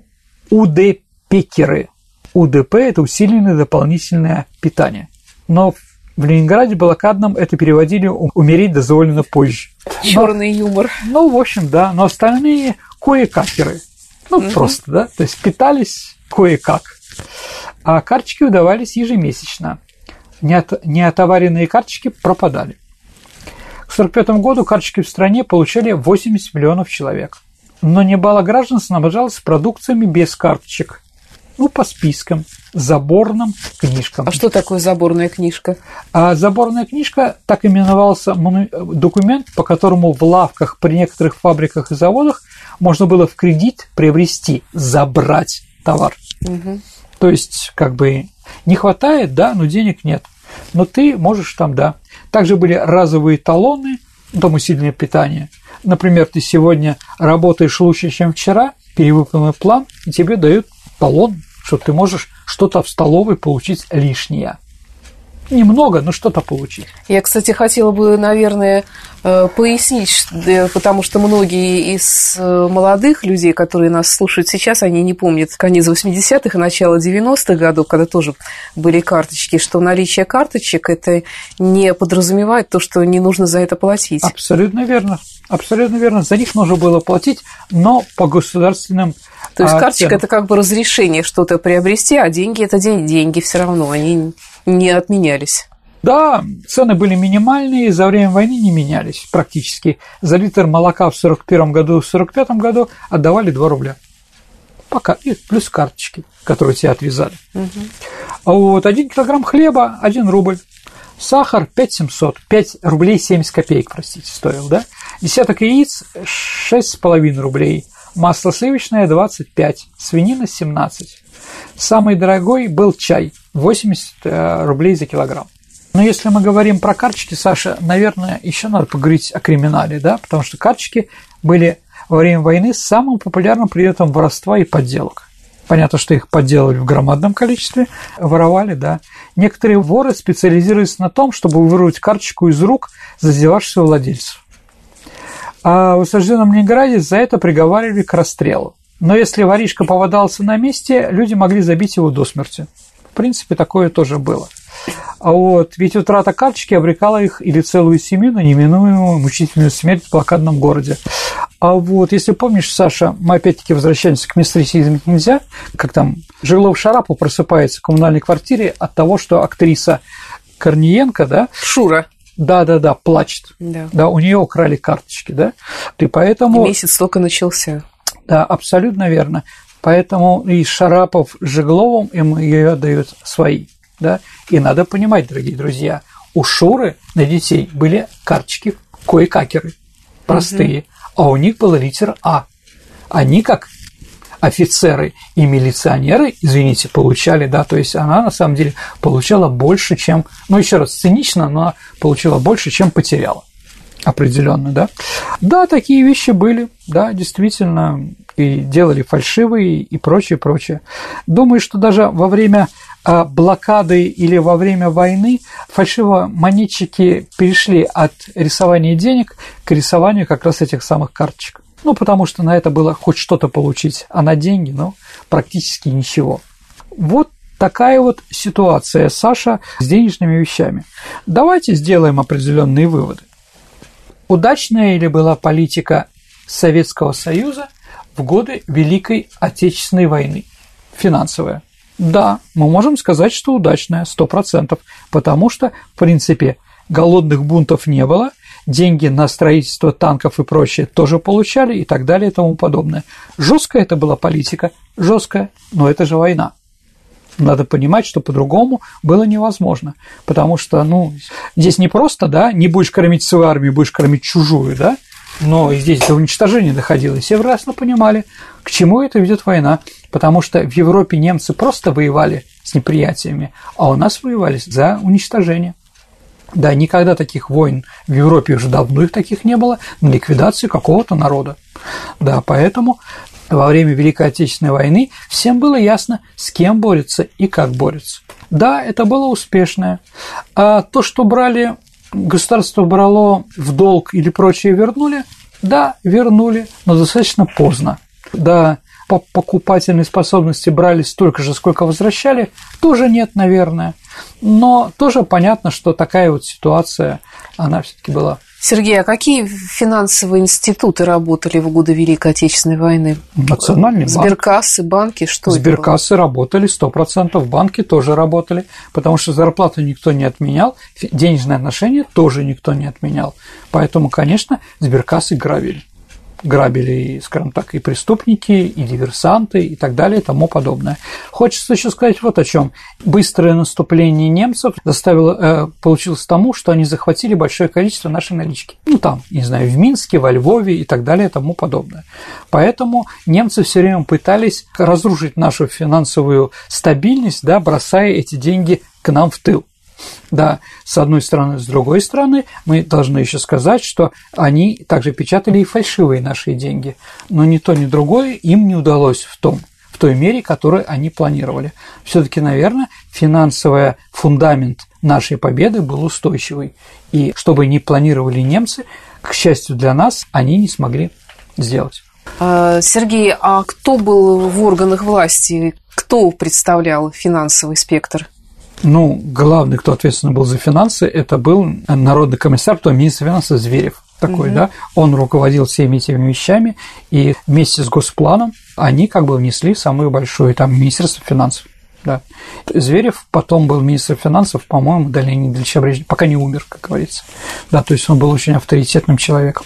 УДПекеры. УДП – это усиленное дополнительное питание. Но в Ленинграде блокадном это переводили «умереть дозволено позже». Черный юмор. Ну, в общем, да. Но остальные – кое-какеры. Ну, угу. Просто, да. То есть питались кое-как. А карточки выдавались ежемесячно. Неотоваренные карточки пропадали. К сорок пятому году карточки в стране получали восемьдесят миллионов человек. Но немало граждан снабжалось продукциями без карточек. Ну, по спискам, заборным книжкам. А что такое заборная книжка? А заборная книжка, так именовался документ, по которому в лавках при некоторых фабриках и заводах можно было в кредит приобрести, забрать товар. Угу. То есть, как бы, не хватает, да, но денег нет. Но ты можешь там, да. Также были разовые талоны, там усиленное питание. Например, ты сегодня работаешь лучше, чем вчера, перевыполнил план, и тебе дают талон, что ты можешь что-то в столовой получить лишнее. Немного, но что-то получить. Я, кстати, хотела бы, наверное, пояснить, потому что многие из молодых людей, которые нас слушают сейчас, они не помнят конец восьмидесятых и начало девяностых годов, когда тоже были карточки, что наличие карточек – это не подразумевает то, что не нужно за это платить. Абсолютно верно. Абсолютно верно. За них нужно было платить, но по государственным То есть карточка – это как бы разрешение что-то приобрести, а деньги – это деньги все равно, они не отменялись. Да, цены были минимальные, за время войны не менялись практически. За литр молока в сорок первом году, в сорок пятом году отдавали два рубля. Пока. И плюс карточки, которые тебе отвязали. Угу. А вот один килограмм хлеба – один рубль. Сахар – пять семьсот, пять рублей семьдесят копеек, простите, стоил, да? Десяток яиц – шесть с половиной рублей. Масло сливочное – двадцать пять, свинина – семнадцать. Самый дорогой был чай – восемьдесят рублей за килограмм. Но если мы говорим про карточки, Саша, наверное, еще надо поговорить о криминале, да, потому что карточки были во время войны самым популярным предметом воровства и подделок. Понятно, что их подделывали в громадном количестве, воровали, да. Некоторые воры специализируются на том, чтобы вырвать карточку из рук задевавшего владельцев. А в осажденном Ленинграде за это приговаривали к расстрелу. Но если воришка попадался на месте, люди могли забить его до смерти. В принципе, такое тоже было. А вот, ведь утрата карточки обрекала их или целую семью на неминуемую мучительную смерть в блокадном городе. А вот, если помнишь, Саша, мы опять-таки возвращаемся к «Мистерисе изменить нельзя», как там Жиглов-Шарапов просыпается в коммунальной квартире от того, что актриса Корниенко, да? Шура. Да-да-да, плачет. Да. Да, у нее украли карточки, да? И поэтому... И месяц только начался. Да, абсолютно верно. Поэтому и Шарапов с Жигловым им ее дают свои. Да? И надо понимать, дорогие друзья, у Шуры на детей были карточки кое-какеры, простые, угу. А у них была литера А. Они, как офицеры и милиционеры, извините, получали, да, то есть она на самом деле получала больше, чем, ну, еще раз, цинично, но получила больше, чем потеряла. Определенно, да. Да, такие вещи были, да, действительно, и делали фальшивые и прочее, прочее. Думаю, что даже во время блокады или во время войны фальшивомонетчики перешли от рисования денег к рисованию как раз этих самых карточек. Ну, потому что на это было хоть что-то получить, а на деньги, ну, практически ничего. Вот такая вот ситуация, Саша, с денежными вещами. Давайте сделаем определенные выводы. Удачная ли была политика Советского Союза в годы Великой Отечественной войны? Финансовая. Да, мы можем сказать, что удачная, сто процентов, потому что, в принципе, голодных бунтов не было, деньги на строительство танков и прочее тоже получали и так далее и тому подобное. Жесткая это была политика, жесткая, но это же война. Надо понимать, что по-другому было невозможно, потому что, ну, здесь не просто, да, не будешь кормить свою армию, будешь кормить чужую, да, но здесь до уничтожения доходило, и все прекрасно понимали, к чему это ведет война, потому что в Европе немцы просто воевали с неприятиями, а у нас воевали за уничтожение. Да, никогда таких войн в Европе уже давно их таких не было, на ликвидацию какого-то народа. Да, поэтому во время Великой Отечественной войны всем было ясно, с кем борются и как борются. Да, это было успешное. А то, что брали, государство брало в долг или прочее вернули, да, вернули, но достаточно поздно. Да, по покупательной способности брали столько же, сколько возвращали, тоже нет, наверное. Но тоже понятно, что такая вот ситуация, она все-таки была. Сергей, а какие финансовые институты работали в годы Великой Отечественной войны? Национальный банк. Сберкассы, банки, что это было? Сберкассы работали, сто процентов, банки тоже работали, потому что зарплату никто не отменял, денежные отношения тоже никто не отменял. Поэтому, конечно, сберкассы грабили. Грабили, скажем так, и преступники, и диверсанты, и так далее, и тому подобное. Хочется еще сказать вот о чем. Быстрое наступление немцев заставило, э, получилось тому, что они захватили большое количество нашей налички. Ну, там, не знаю, в Минске, во Львове и так далее, и тому подобное. Поэтому немцы все время пытались разрушить нашу финансовую стабильность, да, бросая эти деньги к нам в тыл. Да, с одной стороны, с другой стороны, мы должны еще сказать, что они также печатали и фальшивые наши деньги, но ни то, ни другое им не удалось в том, в той мере, которую они планировали. Все-таки, наверное, финансовый фундамент нашей победы был устойчивый, и что бы ни планировали немцы, к счастью для нас, они не смогли сделать. Сергей, а кто был в органах власти, кто представлял финансовый спектр? Ну, главный, кто ответственный был за финансы, это был народный комиссар, то министр финансов Зверев такой, mm-hmm. да, он руководил всеми этими вещами, и вместе с Госпланом они как бы внесли самую большую, там, Министерство финансов, да. Зверев потом был министром финансов, по-моему, до Леонида Ильича Брежнева, пока не умер, как говорится, да, то есть он был очень авторитетным человеком.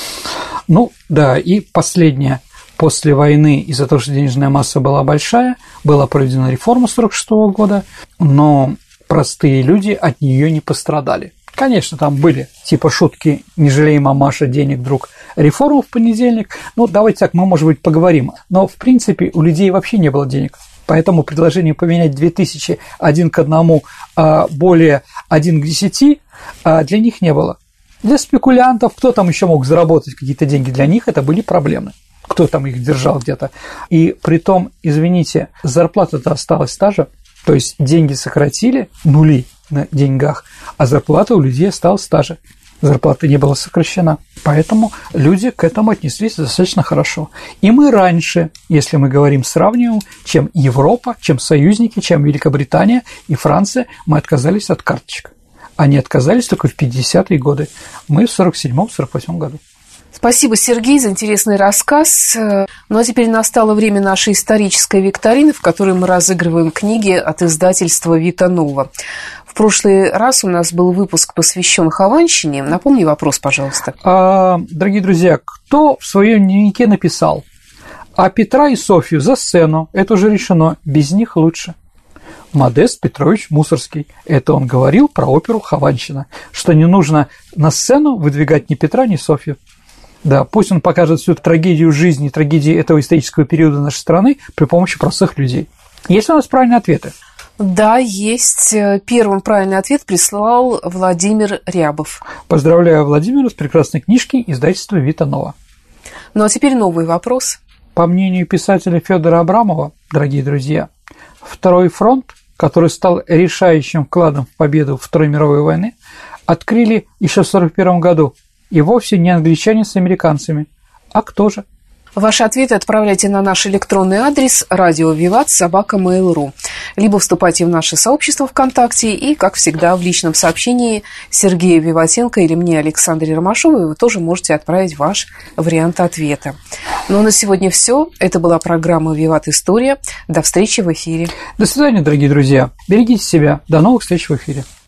Ну, да, и последнее. После войны, из-за того, что денежная масса была большая, была проведена реформа сорок шестого года, но простые люди от нее не пострадали. Конечно, там были типа шутки «не жалей, мамаша, денег, друг, реформу в понедельник». Ну, давайте так, мы, может быть, поговорим. Но, в принципе, у людей вообще не было денег. Поэтому предложение поменять две тысячи один к одному, а более один к десяти для них не было. Для спекулянтов, кто там еще мог заработать какие-то деньги, для них это были проблемы. Кто там их держал где-то. И притом, извините, зарплата-то осталась та же, то есть деньги сократили, нули на деньгах, а зарплата у людей осталась та же. Зарплата не была сокращена. Поэтому люди к этому отнеслись достаточно хорошо. И мы раньше, если мы говорим, сравниваем, чем Европа, чем союзники, чем Великобритания и Франция, мы отказались от карточек. Они отказались только в пятидесятые годы. Мы в сорок седьмом — сорок восьмом году. Спасибо, Сергей, за интересный рассказ. Ну а теперь настало время нашей исторической викторины, в которой мы разыгрываем книги от издательства «Вита Нова». В прошлый раз у нас был выпуск, посвящен Хованщине. Напомни вопрос, пожалуйста. А, дорогие друзья, кто в своем дневнике написал: «А Петра и Софью за сцену, это уже решено, без них лучше»? Модест Петрович Мусорский. Это он говорил про оперу «Хованщина», что не нужно на сцену выдвигать ни Петра, ни Софью. Да, пусть он покажет всю трагедию жизни, трагедию этого исторического периода нашей страны при помощи простых людей. Есть ли у нас правильные ответы? Да, есть. Первым правильный ответ прислал Владимир Рябов. Поздравляю Владимира с прекрасной книжкой издательства «Вита Нова». Ну а теперь новый вопрос. По мнению писателя Федора Абрамова, дорогие друзья, Второй фронт, который стал решающим вкладом в победу Второй мировой войны, открыли еще в сорок первом году. И вовсе не англичане с американцами. А кто же? Ваши ответы отправляйте на наш электронный адрес радио виват собака мейл точка ру, либо вступайте в наше сообщество ВКонтакте, и, как всегда, в личном сообщении Сергею Виватенко или мне, Александре Ромашовой, вы тоже можете отправить ваш вариант ответа. Ну, на сегодня все. Это была программа «Виват История». До встречи в эфире. До свидания, дорогие друзья. Берегите себя. До новых встреч в эфире.